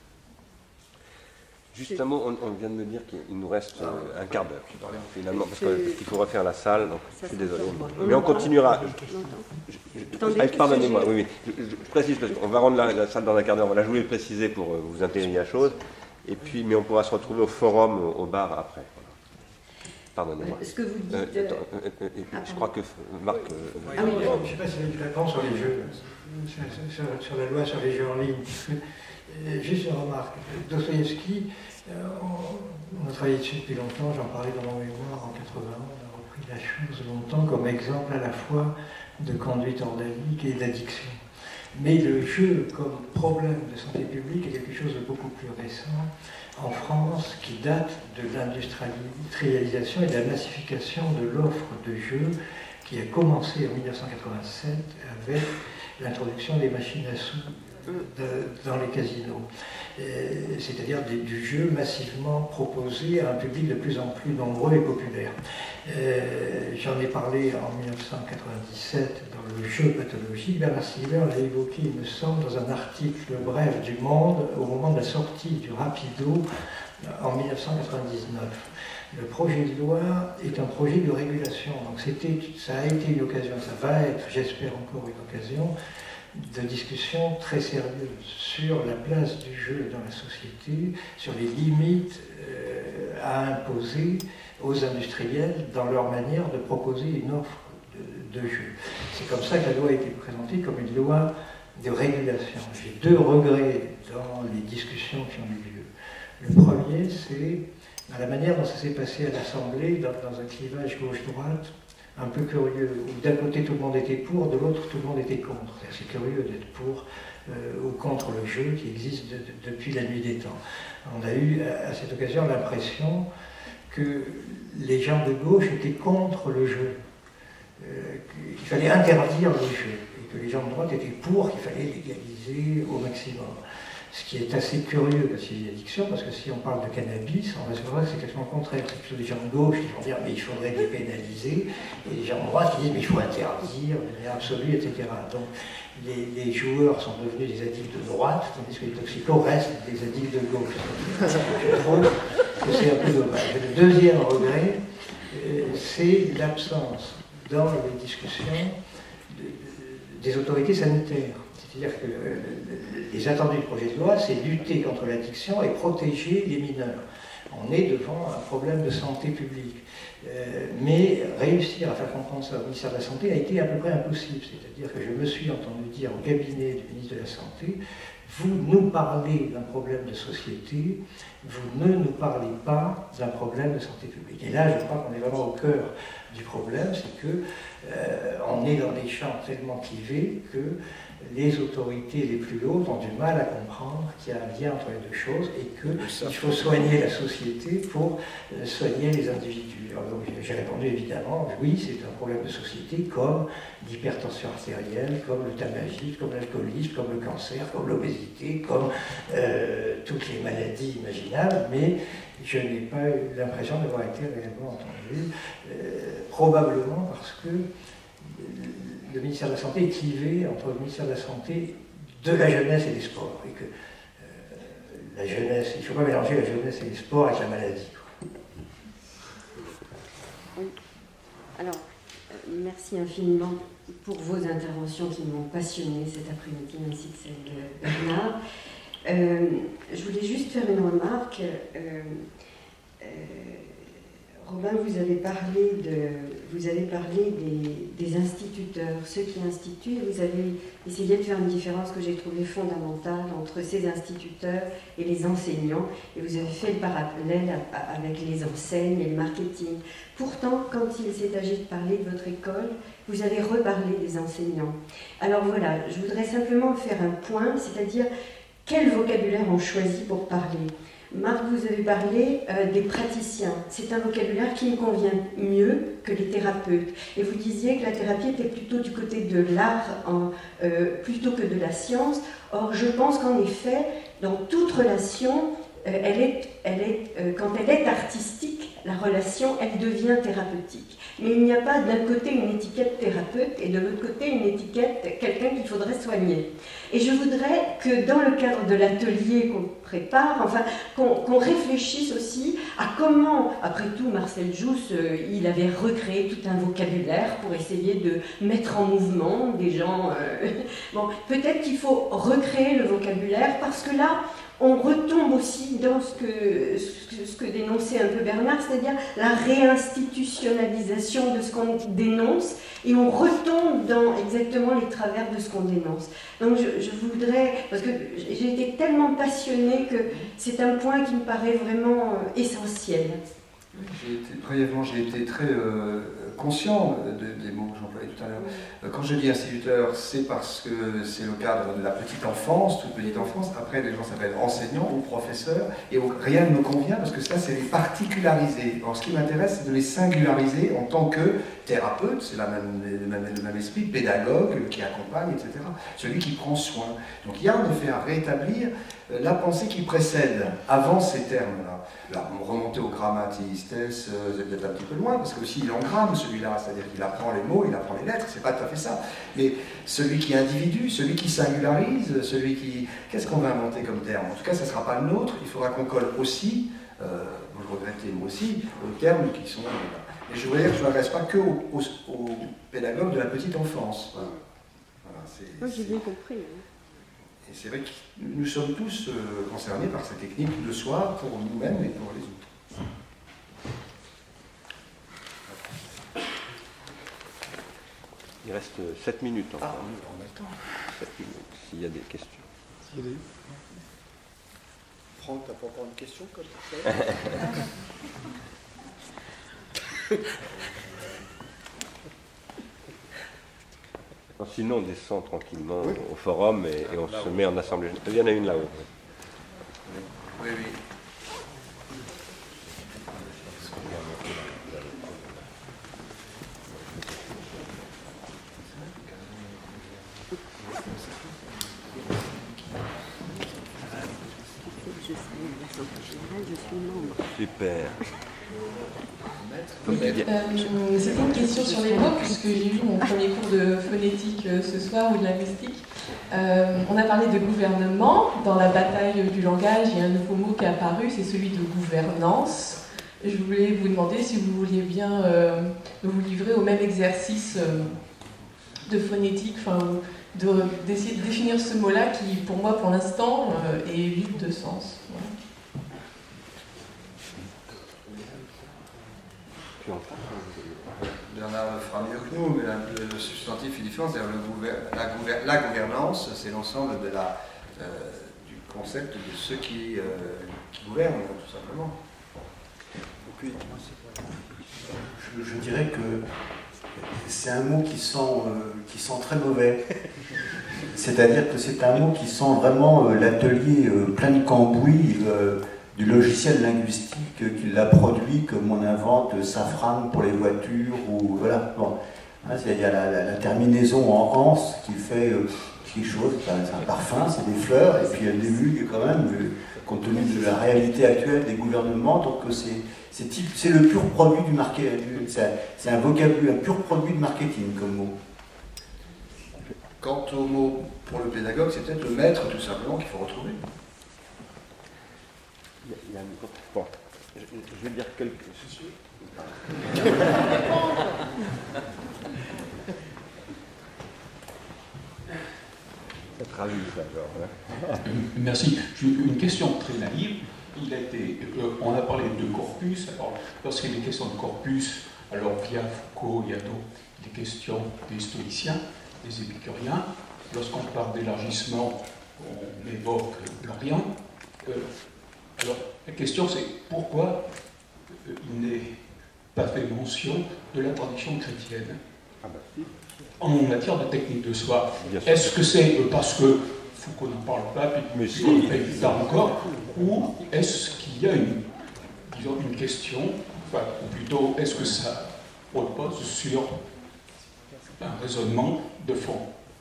Juste un mot, on vient de me dire qu'il nous reste un quart d'heure, finalement, parce qu'il faut refaire la salle, donc je suis désolé. Mais on continuera. Pardonnez-moi, oui. Je précise, parce qu'on va rendre la salle dans un quart d'heure. Voilà, je voulais le préciser pour vous intégrer la chose. Et puis, mais on pourra se retrouver au forum, au bar après. Pardonnez-moi. Ce que vous dites. Je crois que Marc. Je ne sais pas si vous avez du réponse sur les jeux, sur la loi sur les jeux en ligne. Juste une remarque. Dostoïevski, on a travaillé dessus depuis longtemps, j'en parlais dans mon mémoire en 80, on a repris la chose longtemps comme exemple à la fois de conduite ordalique et d'addiction. Mais le jeu comme problème de santé publique est quelque chose de beaucoup plus récent en France qui date de l'industrialisation et de la massification de l'offre de jeux qui a commencé en 1987 avec l'introduction des machines à sous dans les casinos, c'est-à-dire du jeu massivement proposé à un public de plus en plus nombreux et populaire. J'en ai parlé en 1997 dans le jeu pathologique. Bernard Stiegler l'a évoqué, il me semble, dans un article bref du Monde au moment de la sortie du Rapido en 1999. Le projet de loi est un projet de régulation, donc ça a été une occasion, ça va être, j'espère encore une occasion, de discussion très sérieuse sur la place du jeu dans la société, sur les limites à imposer aux industriels dans leur manière de proposer une offre de jeu. C'est comme ça que la loi a été présentée comme une loi de régulation. J'ai deux regrets dans les discussions qui ont eu lieu. Le premier, c'est la manière dont ça s'est passé à l'Assemblée, dans un clivage gauche-droite, un peu curieux, où d'un côté tout le monde était pour, de l'autre tout le monde était contre. C'est curieux d'être pour ou contre le jeu qui existe depuis la nuit des temps. On a eu à cette occasion l'impression que les gens de gauche étaient contre le jeu, qu'il fallait interdire le jeu, et que les gens de droite étaient pour, qu'il fallait légaliser au maximum. Ce qui est assez curieux quand il y a addiction, parce que si on parle de cannabis, on va se voir que c'est quasiment le contraire. C'est plutôt des gens de gauche qui vont dire mais il faudrait dépénaliser, et des gens de droite qui disent mais il faut interdire de manière absolue, etc. Donc les joueurs sont devenus des addicts de droite, tandis que les toxicos restent des addicts de gauche. Je trouve que c'est un peu dommage. Le deuxième regret, c'est l'absence dans les discussions des autorités sanitaires. C'est-à-dire que les attendus du projet de loi, c'est lutter contre l'addiction et protéger les mineurs. On est devant un problème de santé publique. Mais réussir à faire comprendre ça au ministère de la Santé a été à peu près impossible. C'est-à-dire que je me suis entendu dire au cabinet du ministre de la Santé, vous nous parlez d'un problème de société, vous ne nous parlez pas d'un problème de santé publique. Et là, je crois qu'on est vraiment au cœur du problème, c'est que on est dans des champs tellement clivés que les autorités les plus hautes ont du mal à comprendre qu'il y a un lien entre les deux choses et qu'il faut soigner la société pour soigner les individus. Alors, donc, j'ai répondu évidemment, oui, c'est un problème de société comme l'hypertension artérielle, comme le tabagisme, comme l'alcoolisme, comme le cancer, comme l'obésité, comme toutes les maladies imaginables, mais je n'ai pas eu l'impression d'avoir été réellement entendu, probablement parce que le ministère de la Santé est clivé entre le ministère de la Santé, de la jeunesse et des sports. Et que la jeunesse, il ne faut pas mélanger la jeunesse et les sports avec la maladie. Oui. Alors, merci infiniment pour vos interventions qui m'ont passionnée cet après-midi, ainsi que celle de Bernard. Je voulais juste faire une remarque. Robin, vous avez parlé des instituteurs, ceux qui instituent, et vous avez essayé de faire une différence que j'ai trouvée fondamentale entre ces instituteurs et les enseignants, et vous avez fait le parallèle avec les enseignes et le marketing. Pourtant, quand il s'est agi de parler de votre école, vous avez reparlé des enseignants. Alors voilà, je voudrais simplement faire un point, c'est-à-dire quel vocabulaire on choisit pour parler. Marc, vous avez parlé des praticiens. C'est un vocabulaire qui me convient mieux que les thérapeutes. Et vous disiez que la thérapie était plutôt du côté de l'art plutôt que de la science. Or, je pense qu'en effet, dans toute relation, quand elle est artistique, la relation, elle devient thérapeutique. Mais il n'y a pas d'un côté une étiquette thérapeute et de l'autre côté une étiquette quelqu'un qu'il faudrait soigner. Et je voudrais que dans le cadre de l'atelier qu'on prépare, enfin, qu'on réfléchisse aussi à comment, après tout, Marcel Jousse, il avait recréé tout un vocabulaire pour essayer de mettre en mouvement des gens. Bon, peut-être qu'il faut recréer le vocabulaire parce que là, on retombe aussi dans ce que dénonçait un peu Bernard, c'est-à-dire la réinstitutionnalisation de ce qu'on dénonce, et on retombe dans exactement les travers de ce qu'on dénonce. Donc je voudrais, parce que j'ai été tellement passionnée que c'est un point qui me paraît vraiment essentiel. J'ai été très conscient des mots que j'employais tout à l'heure. Quand je dis instituteur, c'est parce que c'est le cadre de la petite enfance, toute petite enfance. Après, les gens s'appellent enseignants ou professeurs, et rien ne me convient parce que ça, c'est les particulariser. Alors, ce qui m'intéresse, c'est de les singulariser en tant que thérapeute, c'est le même esprit, pédagogue qui accompagne, etc. Celui qui prend soin. Donc, il y a en effet à rétablir la pensée qui précède, avant ces termes-là. Là, remonter au grammatistes, c'est peut-être un petit peu loin, parce que aussi il engramme celui-là, c'est-à-dire qu'il apprend les mots, il apprend les lettres, c'est pas tout à fait ça. Mais celui qui est individu, celui qui singularise, celui qui... Qu'est-ce qu'on va inventer comme terme? En tout cas, ça ne sera pas le nôtre, il faudra qu'on colle aussi, vous le regrettez moi aussi, aux termes qui sont... Et je voudrais dire que je ne m'adresse pas que aux pédagogues de la petite enfance. Voilà. Moi, j'ai bien compris. Et c'est vrai que nous sommes tous concernés par cette technique de soi pour nous-mêmes et pour les autres. Il reste 7 minutes encore. On a le temps. 7 minutes, s'il y a des questions. Franck, t'as pas encore une question comme ça? Sinon, on descend tranquillement au forum et on se met en assemblée. Il y en a une là-haut. Oui. Super. C'était une question sur les mots, puisque j'ai eu mon premier cours de phonétique ce soir, ou de linguistique. On a parlé de gouvernement. Dans la bataille du langage, il y a un nouveau mot qui est apparu, c'est celui de gouvernance. Je voulais vous demander si vous vouliez bien vous livrer au même exercice de phonétique, d'essayer de définir ce mot-là qui, pour moi, pour l'instant, est vide de sens. Voilà. Bernard le fera mieux que nous, mais le substantif est différent. C'est-à-dire la gouvernance, c'est l'ensemble du concept de ceux qui gouvernent, tout simplement. Je dirais que c'est un mot qui sent très mauvais. C'est-à-dire que c'est un mot qui sent vraiment l'atelier plein de cambouis du logiciel linguistique qui l'a produit, comme on invente Safran pour les voitures, ou voilà. Bon. Il y a la terminaison en anse qui fait quelque chose, c'est un parfum, c'est des fleurs, et puis il y a des mugues quand même, compte tenu de la réalité actuelle des gouvernements, donc c'est le pur produit du marketing, c'est un vocabulaire, un pur produit de marketing comme mot. Quant au mot pour le pédagogue, c'est peut-être le maître tout simplement qu'il faut retrouver. Il y a un micro. Bon, je vais dire quelque chose. Ça traduit ça, genre. Merci. Une question très naïve. On a parlé de corpus. Alors, lorsqu'il y a des questions de corpus, alors via Foucault, il y a donc des questions des stoïciens, des épicuriens. Lorsqu'on parle d'élargissement, on évoque l'Orient. Alors, la question c'est pourquoi il n'est pas fait mention de la tradition chrétienne en matière de technique de soi. Est-ce que c'est parce que Foucault n'en parle pas, puis on fait plus tard encore, ou est-ce qu'il y a une question, ou plutôt est-ce que ça repose sur un raisonnement de fond?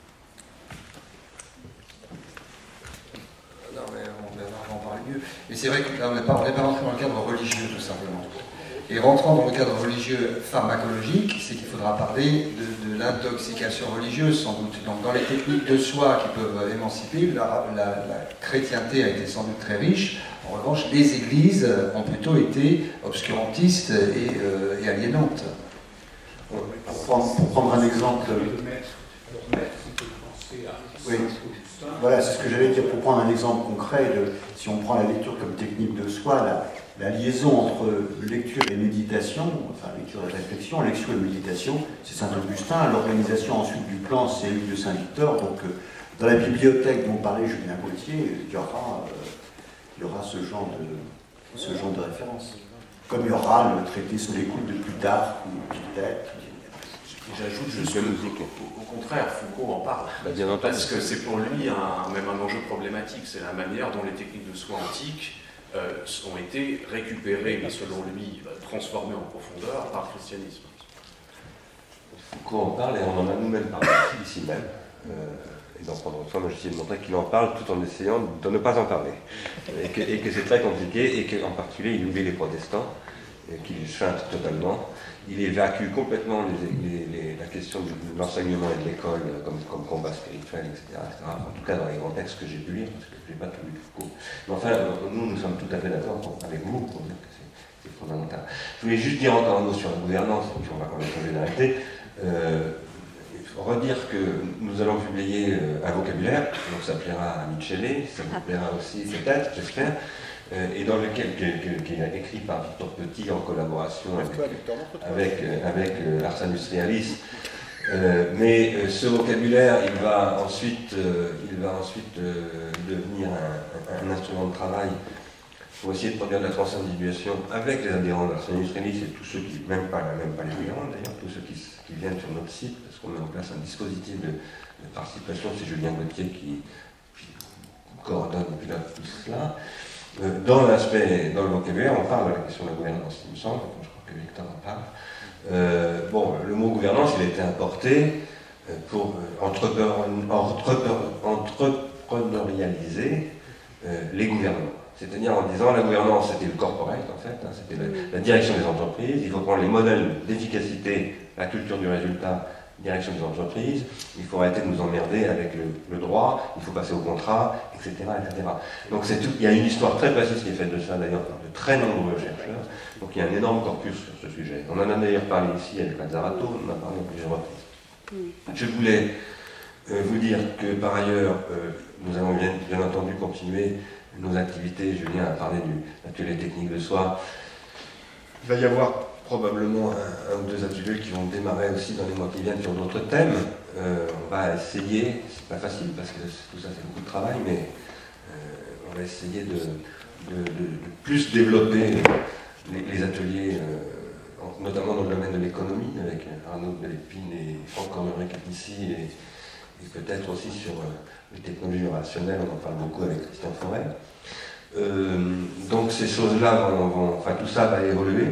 Non, mais on va en parler mieux. Mais c'est vrai que là, on n'est pas rentré dans le cadre religieux, tout simplement. Et rentrant dans le cadre religieux pharmacologique, c'est qu'il faudra parler de l'intoxication religieuse, sans doute. Donc, dans les techniques de soi qui peuvent émanciper, la chrétienté a été sans doute très riche. En revanche, les églises ont plutôt été obscurantistes et aliénantes. Pour prendre un exemple... Oui. Voilà, c'est ce que j'allais dire. Pour prendre un exemple concret, si on prend la lecture comme technique de soi, la liaison entre lecture et méditation, enfin lecture et réflexion, lecture et méditation, c'est Saint-Augustin. L'organisation ensuite du plan, c'est l'île de Saint-Victor. Donc dans la bibliothèque dont parlait Julien Gauthier, il y aura ce genre de référence. Comme il y aura le traité sur l'écoute de Plutarque ou Épictète. J'ajoute juste qu'au contraire, Foucault en parle. Parce que c'est pour lui même un enjeu problématique. C'est la manière dont les techniques de soi antiques ont été récupérées, mais selon lui, transformées en profondeur par le christianisme. Foucault en parle et on en a nous-mêmes parlé ici même. Et donc pendant une fois, moi j'essaie de montrer qu'il en parle tout en essayant de ne pas en parler. Et que c'est très compliqué et qu'en particulier il oublie les protestants, qu'il chante totalement. Il évacue complètement la question de l'enseignement et de l'école comme combat spirituel, etc., etc. En tout cas dans les grands textes que j'ai pu lire, parce que je n'ai pas tout lu Foucault. Mais enfin, nous sommes tout à fait d'accord avec vous pour dire que c'est fondamental. Je voulais juste dire encore un mot sur la gouvernance, et puis on va quand même changer d'arrêter. Redire que nous allons publier un vocabulaire, donc ça plaira à Michele, ça vous plaira aussi peut-être, j'espère, et dans lequel, qui est écrit par Victor Petit en collaboration avec Ars Industrialis. Mais ce vocabulaire, il va ensuite devenir un instrument de travail pour essayer de produire de la transindividuation avec les adhérents d'Ars Industrialis et tous ceux qui, même pas les adhérents d'ailleurs, tous ceux qui viennent sur notre site, parce qu'on met en place un dispositif de participation, c'est Julien Gauthier qui coordonne et pilote tout cela. Dans le vocabulaire, on parle de la question de la gouvernance, il me semble, je crois que Victor en parle. Le mot gouvernance, il a été importé pour entrepreneurialiser les gouvernements. C'est-à-dire en disant la gouvernance, c'était le corporate en fait, hein, c'était la direction des entreprises, il faut prendre les modèles d'efficacité, la culture du résultat, direction des entreprises, il faut arrêter de nous emmerder avec le droit, il faut passer au contrat, etc. etc. Donc c'est tout, il y a une histoire très précise qui est faite de ça d'ailleurs par de très nombreux chercheurs, donc il y a un énorme corpus sur ce sujet. On en a d'ailleurs parlé ici avec Lazzarato, on en a parlé à plusieurs reprises. Je voulais vous dire que par ailleurs, nous allons bien entendu continuer nos activités. Julien a parlé de l'atelier technique de soi. Il va y avoir probablement un ou deux ateliers qui vont démarrer aussi dans les mois qui viennent sur d'autres thèmes. On va essayer, c'est pas facile parce que tout ça c'est beaucoup de travail, mais on va essayer de plus développer les ateliers, notamment dans le domaine de l'économie, avec Arnaud Delépine et Franck Cormeret ici, et peut-être aussi sur les technologies rationnelles, on en parle beaucoup avec Christian Forêt. Donc ces choses-là enfin tout ça va évoluer.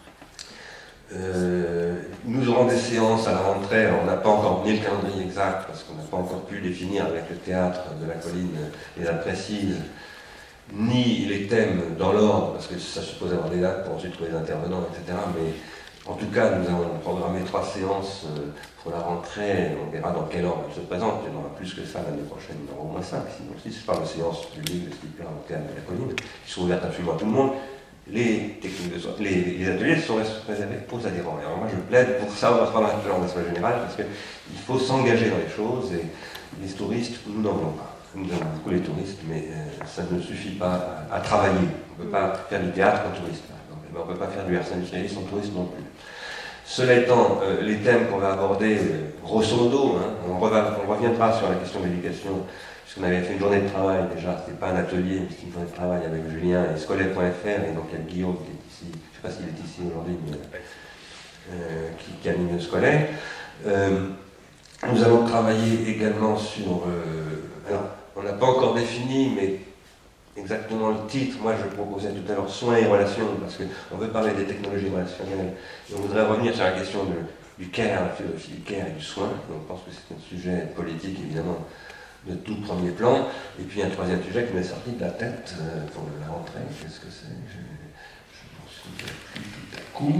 Nous aurons des séances à la rentrée, alors on n'a pas encore mis le calendrier exact parce qu'on n'a pas encore pu définir avec le théâtre de la colline les dates précises, ni les thèmes dans l'ordre, parce que ça suppose avoir des dates pour ensuite trouver des intervenants, etc. Mais en tout cas, nous avons programmé 3 séances pour la rentrée, on verra dans quel ordre elles se présentent, il y en aura plus que ça l'année prochaine, il y en aura au moins 5, sinon 6, je parle de séances publiques, de Skipper, au théâtre de la colline, qui sont ouvertes absolument à tout le monde. Les techniques de soi, les ateliers sont réservés aux adhérents. Alors moi je plaide pour ça, on va se parler de l'Assemblée générale, parce qu'il faut s'engager dans les choses, et les touristes, nous n'en voulons pas. Nous avons beaucoup les touristes, mais ça ne suffit pas à travailler. On ne peut pas faire du théâtre en touriste, par exemple. On ne peut pas faire du RC industrialiste en touriste non plus. Cela étant, les thèmes qu'on va aborder, grosso modo, hein, on reviendra sur la question de l'éducation, puisqu'on avait fait une journée de travail déjà, c'était pas un atelier, mais c'était une journée de travail avec Julien et Scolaire.fr, et donc il y a Guillaume qui est ici, je ne sais pas s'il est ici aujourd'hui, mais qui anime Scolaire. Nous allons travailler également sur... alors, on n'a pas encore défini, mais exactement le titre, moi je proposais tout à l'heure soins et relations, parce qu'on veut parler des technologies relationnelles, et on voudrait revenir sur la question du care, la philosophie du care et du soin. Donc, je pense que c'est un sujet politique évidemment de tout premier plan. Et puis un troisième sujet qui m'est sorti de la tête pour la rentrée, qu'est-ce que c'est? Je m'en souviens plus tout à coup.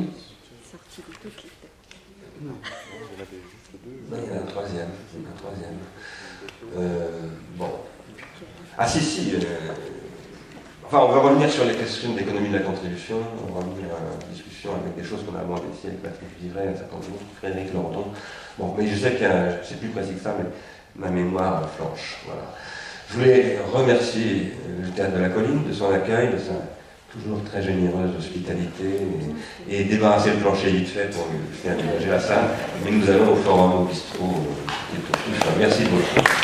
Non, il y en a un troisième. Bon. Ah si. Enfin, on va revenir sur les questions d'économie de la contribution, on va revenir à la discussion avec des choses qu'on a abordées ici avec Patrick Vivray, un certain nombre, Frédéric Lordon. Bon, mais je sais qu'il y a, c'est plus précis que ça, mais ma mémoire flanche. Voilà. Je voulais remercier le Théâtre de la Colline de son accueil, de sa toujours très généreuse hospitalité, et débarrasser le plancher vite fait pour lui faire aménager la salle. Mais nous allons au forum, au bistrot, et tout ça. Merci beaucoup.